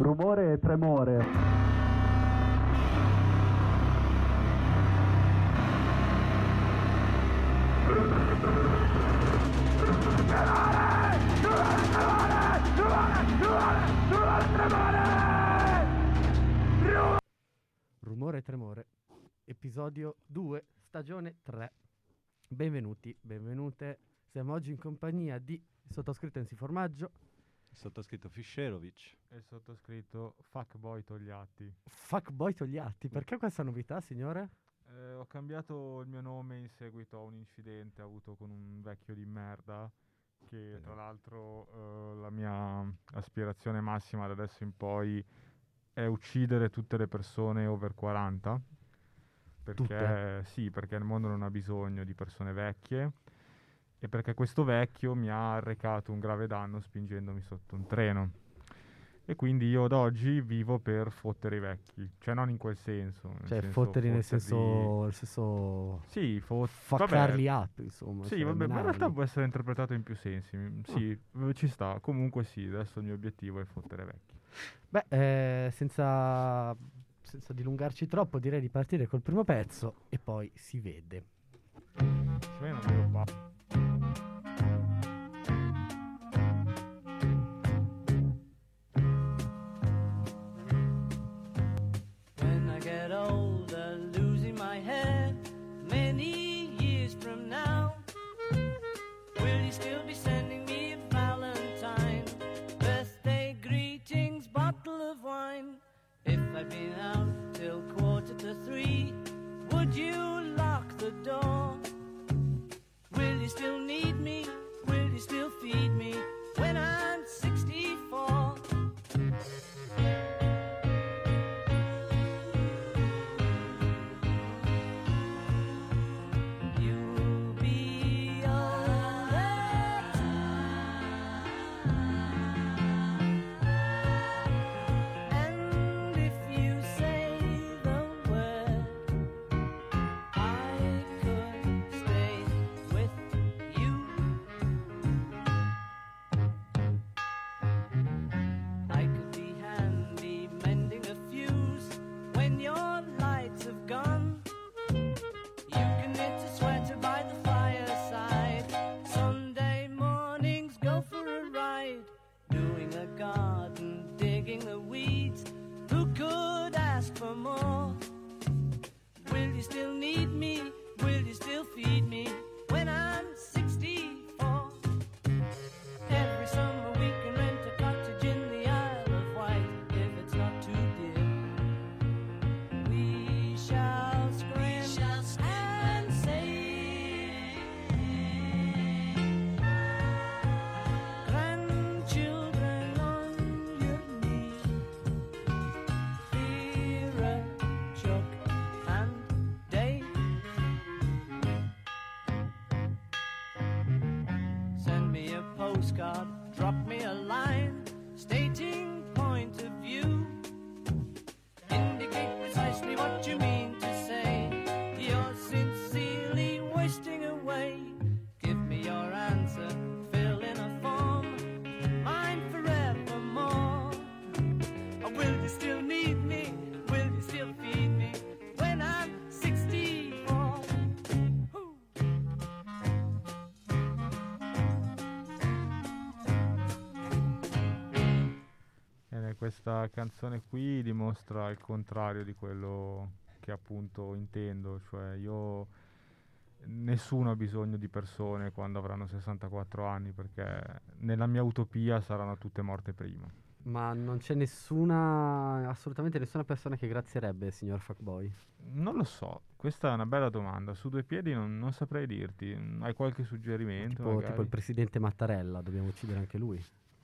Rumore e tremore. Rumore e tremore, episodio 2, stagione 3. Benvenuti, benvenute. Siamo oggi in compagnia di sottoscritto Enzi Formaggio, sottoscritto Fiscerovic e sottoscritto Fuckboy Togliatti. Fuckboy Togliatti, perché questa novità, signore? Ho cambiato il mio nome in seguito a un incidente avuto con un vecchio di merda che tra l'altro la mia aspirazione massima da adesso in poi è uccidere tutte le persone over 40 perché sì, perché il mondo non ha bisogno di persone vecchie e perché questo vecchio mi ha arrecato un grave danno spingendomi sotto un treno. E quindi io ad oggi vivo per fottere i vecchi, cioè non in quel senso. Cioè fotterli nel senso... Sì, faccarli up, insomma. Sì, cioè, vabbè, ma in realtà menarli. può essere interpretato in più sensi. Sì, ci sta. Comunque sì, adesso il mio obiettivo è fottere vecchi. Beh, senza dilungarci troppo, direi di partire col primo pezzo e poi si vede. When I get older, losing my head, many years from now, will you still be sending me a Valentine, birthday greetings, bottle of wine? If I'd been out till 2:45, would you lock the door? Will you still need me? Will you still feed me when I'm 64? You'll be older, and if you say the word, I could stay with you. I could be handy mending a fuse when your lights have gone. You can knit a sweater by the fireside. Sunday mornings go for a ride, doing a garden, digging the weeds. Who could ask for more? Will you still need me? Will you still feed me when I'm 64? Every summer we can rent a cottage in the Isle of Wight if it's not too dear. We shall scream and say, grandchildren on your knee, Vera, Chuck and Dave. Send me a postcard, drop me a line, stating point of view. Indicate precisely what you mean to say. You're sincerely wasting away. Give me your answer, fill in a form, mine forevermore. Or will you still need me? Will you still feed me when I'm 64? Woo. Questa canzone qui dimostra il contrario di quello che appunto intendo, cioè nessuno ha bisogno di persone quando avranno 64 anni perché nella mia utopia saranno tutte morte prima. Ma non c'è assolutamente nessuna persona che grazierebbe, signor Fuckboy? Non lo so, questa è una bella domanda, su due piedi non saprei dirti, hai qualche suggerimento? Tipo il presidente Mattarella, dobbiamo uccidere anche lui?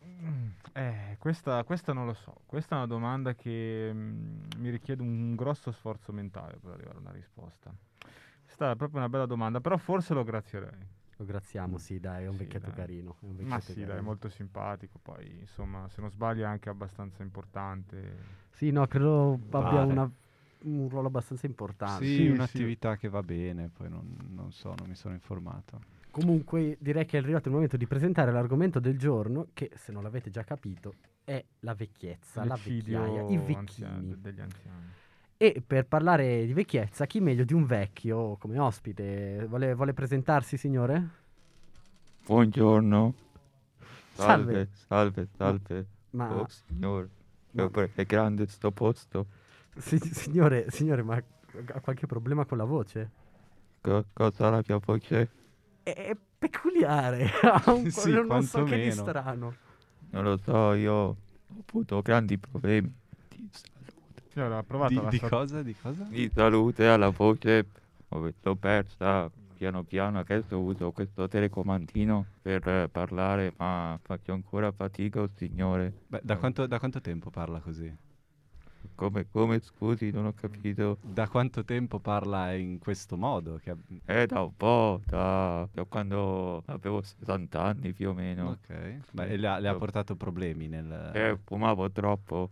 Questa non lo so, questa è una domanda che mi richiede un grosso sforzo mentale per arrivare a una risposta. Questa è proprio una bella domanda, però forse lo grazierei. Lo graziamo, sì, dai, è un vecchietto dai. carino. È un Ma vecchietto sì, carino. dai, è molto simpatico, poi insomma, se non sbaglio è anche abbastanza importante. Sì, no, credo abbia Vale. un ruolo abbastanza importante. Sì, Sì, un'attività che va bene, poi non so, non mi sono informato. Comunque direi che è arrivato il momento di presentare l'argomento del giorno che, se non l'avete già capito, è la vecchiezza, la L'eccidio vecchiaia, i vecchini. degli anziani. E per parlare di vecchiezza, chi meglio di un vecchio come ospite? Vuole presentarsi, signore? Buongiorno. Salve. Salve. Ma Oh, signor, ma- è grande sto posto. signore, ma ha qualche problema con la voce? Cosa ha la mia voce? È peculiare, ha Sì, non so che di quantomeno. strano. Non lo so, io ho avuto grandi problemi di salute. Signora, ha provato la Di cosa? Di cosa? Di salute alla voce, l'ho persa piano piano. Adesso uso questo telecomandino per parlare, ma faccio ancora fatica, oh, signore. Beh, da quanto tempo parla così? Come, scusi, non ho capito. Da quanto tempo parla in questo modo? Da un po', da quando avevo 60 anni più o meno. Ok. Beh, e le ha portato problemi nel... Fumavo troppo.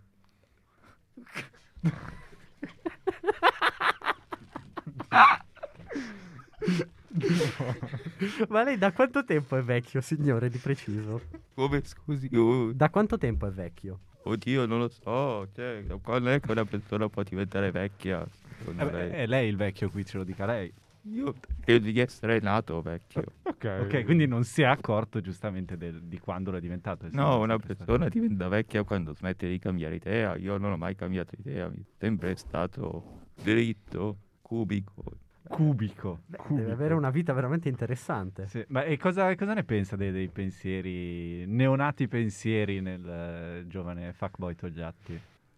Ma lei da quanto tempo è vecchio, signore, di preciso? Come, scusi? Da quanto tempo è vecchio? Oddio, non lo so. Cioè, quando è che una persona può diventare vecchia? Secondo lei? è lei il vecchio qui, ce lo dica lei. Io credo di essere nato vecchio. Ok, quindi non si è accorto giustamente di quando lo è diventato. No, una persona diventa vecchia quando smette di cambiare idea. Io non ho mai cambiato idea. Mi è sempre stato dritto, cubico. Cubico. Deve avere una vita veramente interessante. Sì, ma e cosa ne pensa dei pensieri, neonati pensieri nel giovane fuckboy Togliatti?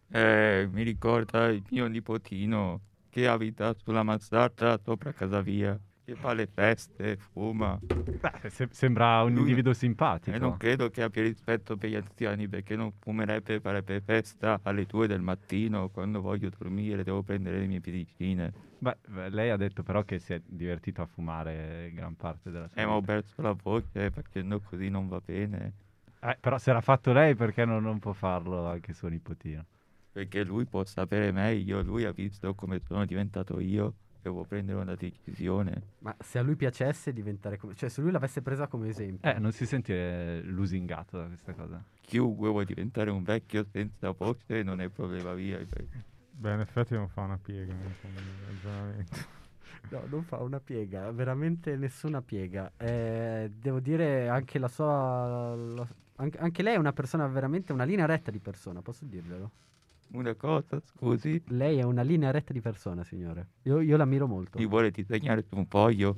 Mi ricorda il mio nipotino che abita sulla mansarda sopra casa mia, che fa le feste, fuma. Beh, sembra un Lui- individuo simpatico. E non credo che abbia rispetto per gli anziani, perché non fumerebbe e farebbe festa alle 2 del mattino quando voglio dormire, devo prendere le mie medicine. Beh, lei ha detto però che si è divertito a fumare gran parte della sua Ma ho vita. perso la voce, facendo così non va bene, Però se l'ha fatto lei, perché non può farlo anche suo nipotino? perché lui può sapere meglio, lui ha visto come sono diventato io, devo prendere una decisione. Ma se a lui piacesse diventare come... Cioè, se lui l'avesse presa come esempio. Non si sente lusingato da questa cosa. Chiunque vuole diventare un vecchio senza voce non è problema mio. Beh, in effetti non fa una piega come ragionamento. No, non fa una piega, veramente nessuna piega. Devo dire anche la sua... anche lei è una persona veramente, una linea retta di persona, posso dirglielo? Una cosa, scusi, Lei è una linea retta di persona, signore. Io l'ammiro molto. mi vuole disegnare su un foglio?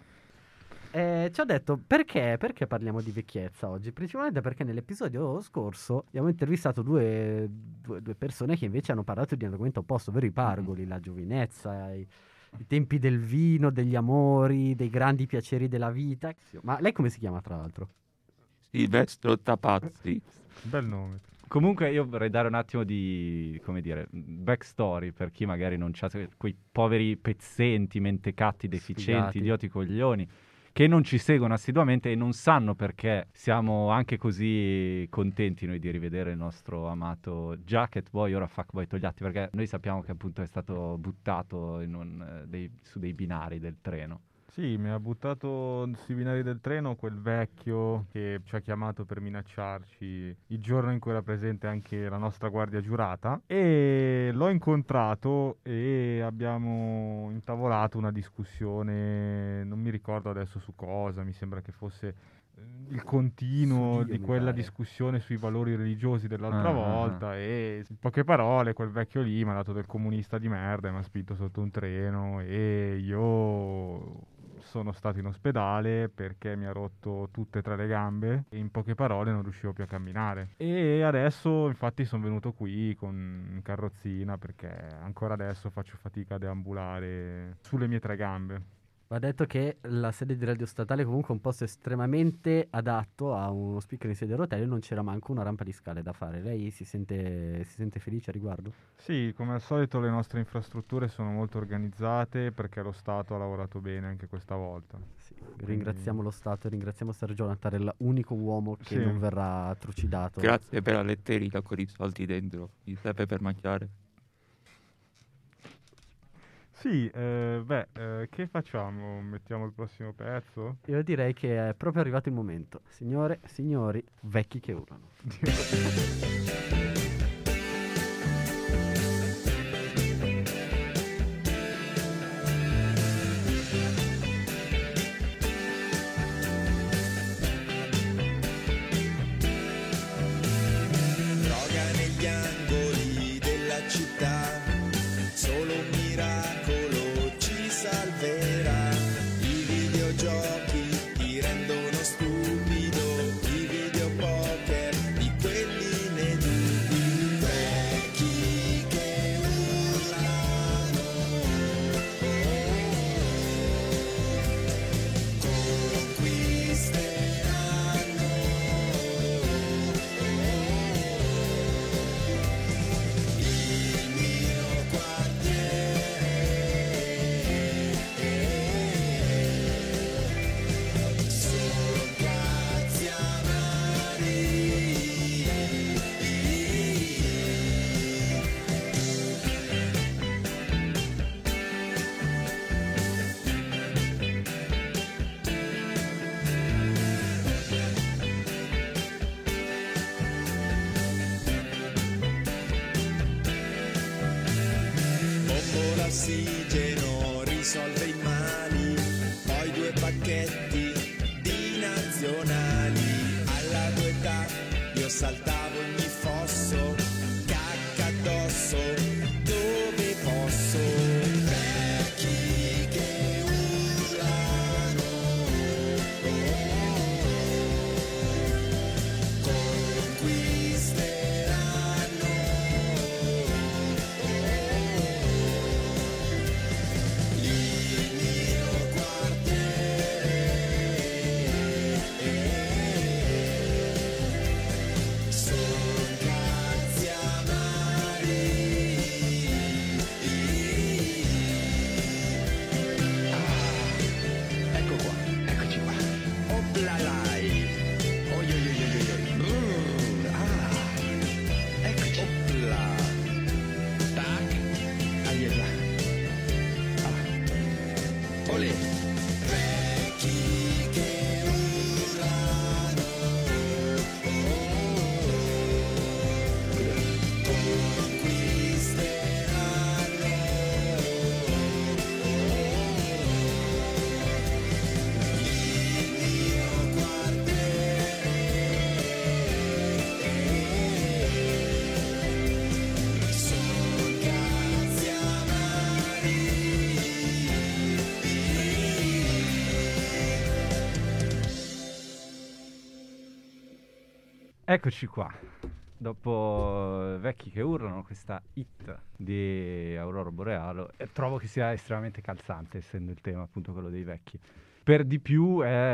Ci ho detto perché parliamo di vecchiezza oggi? Principalmente perché nell'episodio scorso abbiamo intervistato due persone che invece hanno parlato di un argomento opposto, ovvero i pargoli, la giovinezza, i tempi del vino, degli amori, dei grandi piaceri della vita. Ma lei come si chiama, tra l'altro? Silvestro Tapazzi. Bel nome. Comunque io vorrei dare un attimo di, come dire, backstory per chi magari non c'ha quei poveri pezzenti, mentecatti, deficienti, Sfigati. idioti coglioni, che non ci seguono assiduamente e non sanno perché siamo anche così contenti noi di rivedere il nostro amato Jacket Boy, ora Fuckboy Togliatti, perché noi sappiamo che appunto è stato buttato su dei binari del treno. Sì, mi ha buttato sui binari del treno quel vecchio che ci ha chiamato per minacciarci il giorno in cui era presente anche la nostra guardia giurata, e l'ho incontrato e abbiamo intavolato una discussione, non mi ricordo adesso su cosa, mi sembra che fosse il continuo Su Dio, di mi quella pare. discussione sui valori religiosi dell'altra volta, e in poche parole quel vecchio lì mi ha dato del comunista di merda e mi ha spinto sotto un treno e io sono stato in ospedale perché mi ha rotto tutte e tre le gambe e in poche parole non riuscivo più a camminare. E adesso infatti sono venuto qui con carrozzina perché ancora adesso faccio fatica a deambulare sulle mie tre gambe. Va detto che la sede di Radio Statale comunque è un posto estremamente adatto a uno speaker in sedia a rotelle, non c'era manco una rampa di scale da fare. Lei si sente felice a riguardo? Sì, come al solito le nostre infrastrutture sono molto organizzate perché lo Stato ha lavorato bene anche questa volta. Sì, ringraziamo lo Stato, ringraziamo Sergio Natale, l'unico uomo che Sì. non verrà trucidato. Grazie per la letterina con i soldi dentro, mi serve per mangiare. Sì, che facciamo? Mettiamo il prossimo pezzo? Io direi che è proprio arrivato il momento. Signore, signori, vecchi che urlano. Droga negli angoli della città, solo un miracolo ci salverà. I videogiochi ti rendono stupido, i videopoker di quelli ne dubbi. Vecchi che urlano, conquisteranno il mio quartiere. Sono cazzi amari. Bombola ossigeno risolve i mali, poi 2 pacchetti di nazionali. Alla tua età io saltavo ogni fosso, cacca addosso, dove posso. Vecchi che urlano, conquisteranno il mio quartiere. Son cazzi amari. Ecco qua, eccoci qua. Oplalai. Oi oi oi oi oi. Eccoci. Opla. Tac. Ai ai ai. Olè. Vecchi che urlano, conquisteranno il mio quartiere. Sono cazzi amari. Eccoci qua. Dopo Vecchi che urlano, questa hit di Aurora Boreale, e trovo che sia estremamente calzante, essendo il tema appunto quello dei vecchi. Per di più è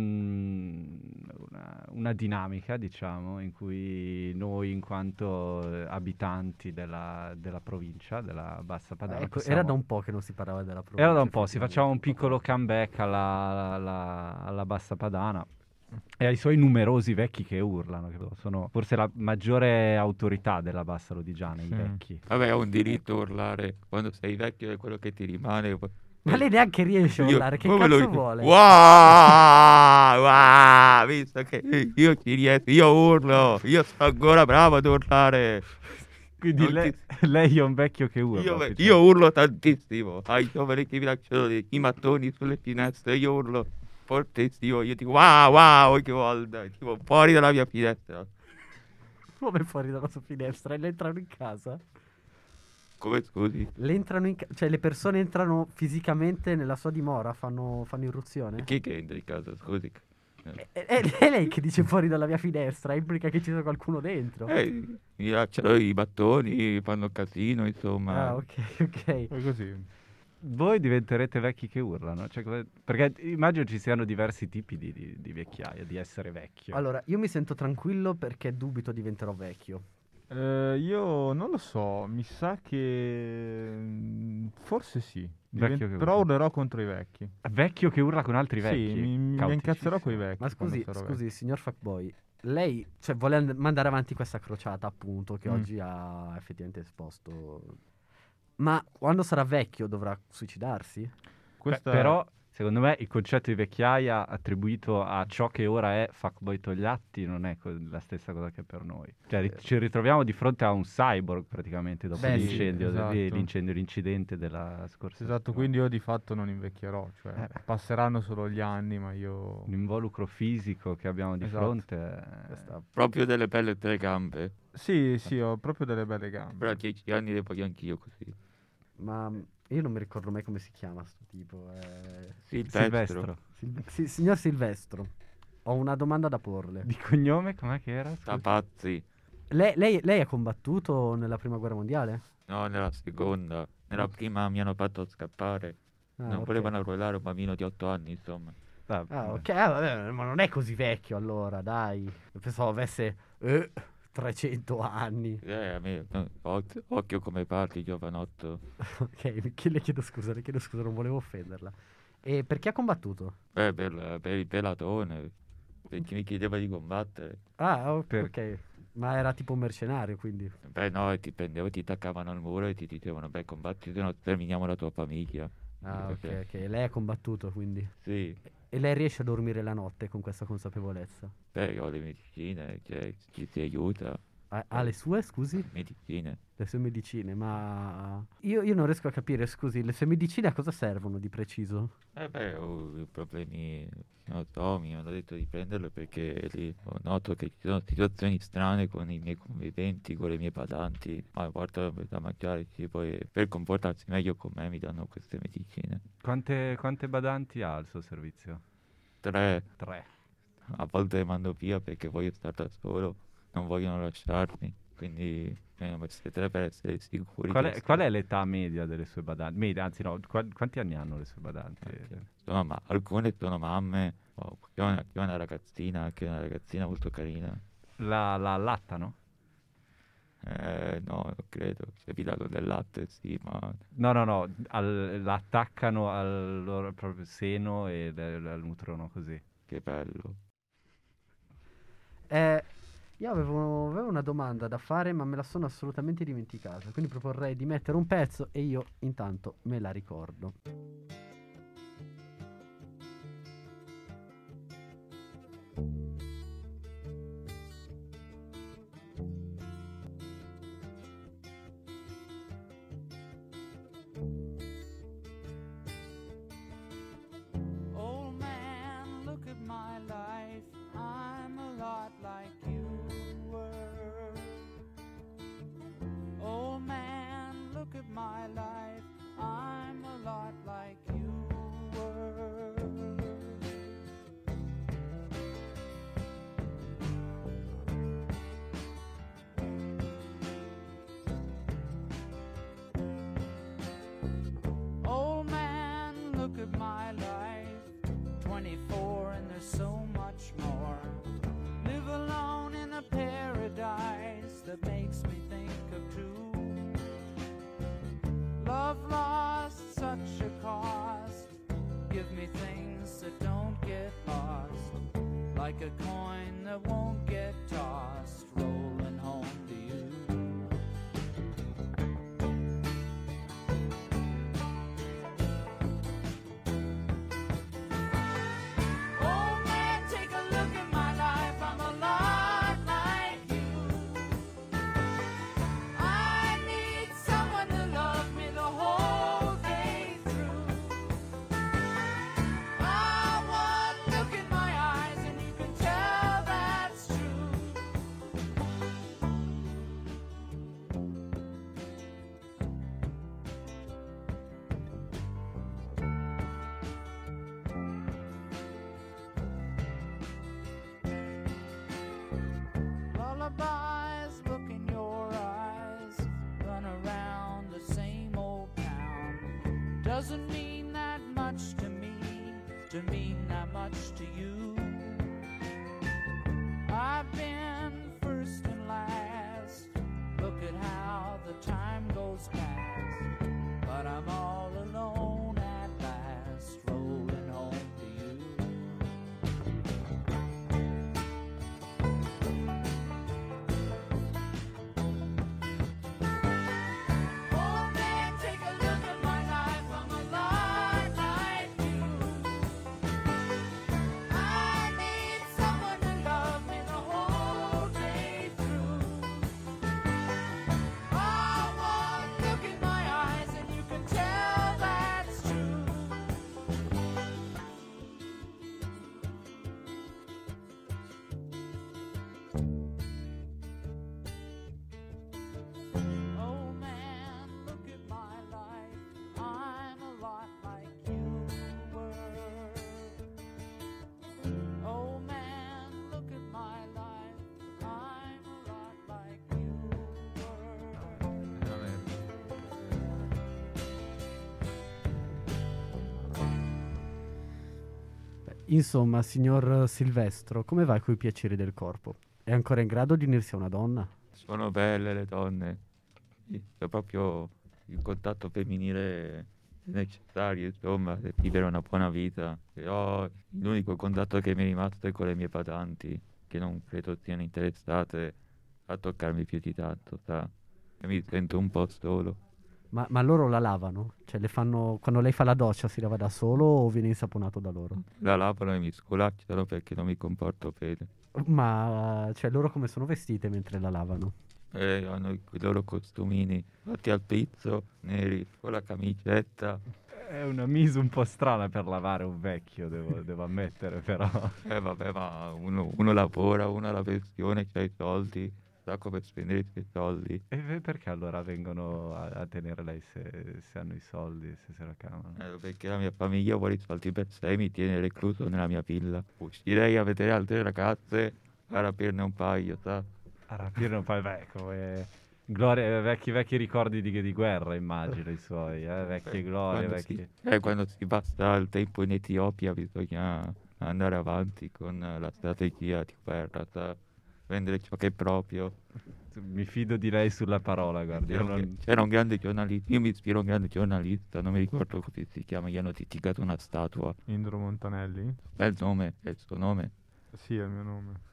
una dinamica, diciamo, in cui noi, in quanto abitanti della provincia, della Bassa Padana, Ecco, possiamo- era da un po' che non si parlava della provincia. era da un po', si faceva un effettivamente. piccolo comeback alla Bassa Padana e ai suoi numerosi vecchi che urlano, che sono forse la maggiore autorità della Bassa Lodigiana, i Sì. vecchi. Vabbè, hai un diritto a urlare quando sei vecchio, è quello che ti rimane. Ma lei neanche riesce a urlare, che come cazzo vuole? Wow, visto che io ci riesco, io urlo, io sono ancora bravo ad urlare. Quindi Non lei, ti- lei è un vecchio che urla. Io ufficialmente. urlo tantissimo. Ai giovani che mi lasciano i mattoni sulle finestre, io urlo fortissimo. Io dico wow ogni volta, tipo fuori dalla mia finestra. Come fuori dalla sua finestra? E le entrano in casa? Come scusi? Le entrano in cioè le persone entrano fisicamente nella sua dimora, fanno irruzione? Chi che entra in casa, scusi? È lei che dice fuori dalla mia finestra, implica che ci sia qualcuno dentro. Mi lasciano i mattoni, fanno casino, insomma. Ah, ok. È così. Voi diventerete vecchi che urlano? Cioè, perché immagino ci siano diversi tipi di vecchiaia, di essere vecchio. Allora, io mi sento tranquillo perché dubito diventerò vecchio. Io non lo so, mi sa che forse sì. Vecchio che Però urla. urlerò contro i vecchi. Vecchio che urla con altri vecchi? Sì, mi incazzerò con i vecchi. Ma quando scusi, sarò scusi, signor Fuckboy, lei cioè, vuole mandare avanti questa crociata, appunto, che Mm. oggi ha effettivamente esposto. Ma quando sarà vecchio dovrà suicidarsi? Questa Però, secondo me, il concetto di vecchiaia attribuito a ciò che ora è Fuckboy Togliatti non è la stessa cosa che per noi. Cioè, ci ritroviamo di fronte a un cyborg praticamente dopo Beh, sì, l'incendio, esatto. l'incidente della scorsa Esatto, settimana. quindi io di fatto non invecchierò, cioè passeranno solo gli anni, ma io... L'involucro fisico che abbiamo di Esatto. fronte è... Questa- Proprio delle belle 3 gambe. Sì, ho proprio delle belle gambe. Fra 10 anni le voglio anch'io così. Ma io non mi ricordo mai come si chiama sto tipo. Silvestro. Signor Silvestro, ho una domanda da porle. Di cognome com'è che era? Sta Scusa? pazzi. Lei ha combattuto nella prima guerra mondiale? No, nella seconda. Nella prima mi hanno fatto scappare. Ah, Non ok. volevano arruolare un bambino di 8 anni, insomma. Ah, Ah, vabbè. ok, vabbè, ma non è così vecchio allora, dai. Pensavo avesse 300 anni. A me, occhio come parli, giovanotto. Ok, le chiedo scusa, non volevo offenderla. E perché ha combattuto? Per il pelatone. Perché mi chiedeva di combattere. Ah, Per- ok. Ma era tipo un mercenario, quindi. Beh, no, e ti prendevano, ti attaccavano al muro e ti dicevano, beh, combatti, se no terminiamo la tua famiglia. Ah, ok, Perché- ok. Lei ha combattuto, quindi. Sì, E lei riesce a dormire la notte con questa consapevolezza? beh, ho le medicine, cioè, ci si aiuta. Ha le sue, scusi? Medicine. Le sue medicine, ma... Io non riesco a capire, scusi, le sue medicine a cosa servono di preciso? Beh, ho problemi, non so, mi hanno detto di prenderle perché lì ho noto che ci sono situazioni strane con i miei conviventi, con le mie badanti, ma portano da mangiare cibo e per comportarsi meglio con me mi danno queste medicine. Quante badanti ha il suo servizio? 3, 3. a volte le mando via perché voglio stare da solo, non vogliono lasciarmi, quindi ne ho messe 3 per essere sicuri. Qual è l'età media delle sue badanti? Media, anzi no, quanti anni hanno le sue badanti? Alcune sono mamme, c'è una ragazzina, che è una ragazzina molto carina. La allattano? No, non credo. Se vi danno del latte, sì, ma No, la attaccano al loro proprio seno e la nutrono così. che bello. Io avevo una domanda da fare, ma me la sono assolutamente dimenticata. Quindi proporrei di mettere un pezzo e io intanto me la ricordo. Old man, look at my life. I'm a lot like you were. Old man, look at my life. I'm a lot like you were. Old man, look at my life. 24 and there's so much more. Live alone in a paradise that makes me think of two. Love lost, such a cost. Give me things that don't get lost. Like a coin that won't get tossed. Rolling home to you. Oh man, take a look at my life. I'm a lot like you. I need someone to love me the whole day through. I want look in my eyes and you can tell that's true. Lullabies, look in your eyes. Run around the same old town. Doesn't mean that much to me, to mean that much to you. I've been first and last. Look at how the time goes past. But I'm all alone at last, rolling home to you. Oh man, take Insomma, signor Silvestro, come va coi piaceri del corpo? È ancora in grado di unirsi a una donna? Sono belle le donne. Sì, è proprio il contatto femminile è necessario, insomma, per vivere una buona vita. Però l'unico contatto che mi è rimasto è con le mie badanti, che non credo siano interessate a toccarmi più di tanto, sa? E mi sento un po' solo. Ma loro la lavano? Cioè, le fanno quando lei fa la doccia si lava da solo o viene insaponato da loro? La lavano e mi scolacciano perché non mi comporto bene. Ma, cioè, loro come sono vestite mentre la lavano? Hanno i loro costumini fatti al pizzo, neri, con la camicetta. È una mise un po' strana per lavare un vecchio, devo ammettere, però. Vabbè, ma uno lavora, uno ha la pensione, c'ha i soldi, sa come spendere i suoi soldi. E perché allora vengono a tenere lei se hanno i soldi, se la cavano? Perché la mia famiglia vuole i soldi per sé e mi tiene recluso nella mia villa. Uscirei a vedere altre ragazze, a rapirne un paio, sa? A rapire un po', beh, come gloria, vecchi ricordi di guerra, immagino, i suoi, vecchie glorie, vecchi... Quando si passa il tempo in Etiopia bisogna andare avanti con la strategia di guerra, sa? Prendere ciò che è proprio. Mi fido di lei sulla parola, guardi. C'era un grande giornalista, io mi ispiro a un grande giornalista, non mi ricordo come si chiama, gli hanno dedicato una statua. Indro Montanelli? Bel nome, è il suo nome. Sì, è il mio nome.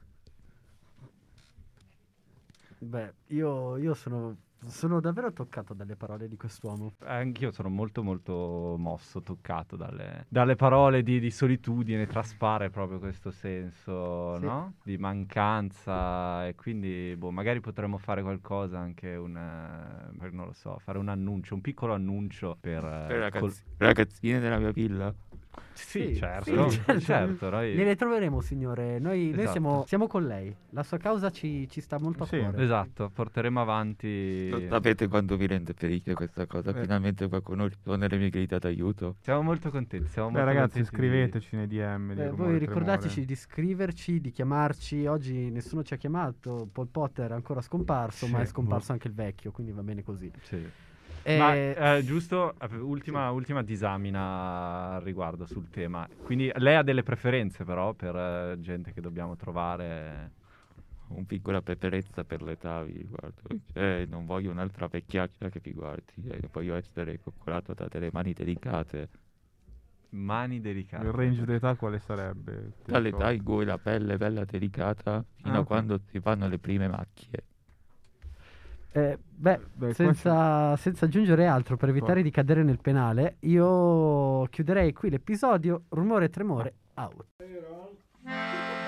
Beh, io sono davvero toccato dalle parole di quest'uomo. Anch'io sono molto molto mosso, toccato dalle parole di solitudine, traspare proprio questo senso, Sì. no? Di mancanza, e quindi magari potremmo fare qualcosa, anche non lo so, fare un annuncio, un piccolo annuncio per Ragazzine della mia villa. Sì, certo, certo, noi... Gliele troveremo, signore. Noi Esatto. siamo con lei. La sua causa ci sta molto a Sì. cuore. Esatto, porteremo avanti. Non sapete quanto mi rende felice questa cosa, finalmente qualcuno risponde alle mie grida d'aiuto. Siamo molto contenti, siamo Beh, molto ragazzi, contenti scriveteci nei DM. di Rumore Voi e ricordateci Tremore. di scriverci, di chiamarci. Oggi nessuno ci ha chiamato. Paul Potter è ancora scomparso, ma è Sì, scomparso anche il vecchio, quindi va bene così. Sì. Eh, Ma giusto, ultima disamina al riguardo sul tema. Quindi lei ha delle preferenze però per gente che dobbiamo trovare? Un piccola preferenza per l'età, vi guardo. Cioè, non voglio un'altra vecchiaccia che vi guardi, voglio essere coccolato da delle mani delicate. Mani delicate. Il range d'età quale sarebbe? Dall'età in cui la pelle è bella delicata fino a ok. quando si fanno le prime macchie. Beh, Beh, senza aggiungere altro per evitare di cadere nel penale, io chiuderei qui l'episodio. Rumore e Tremore, out.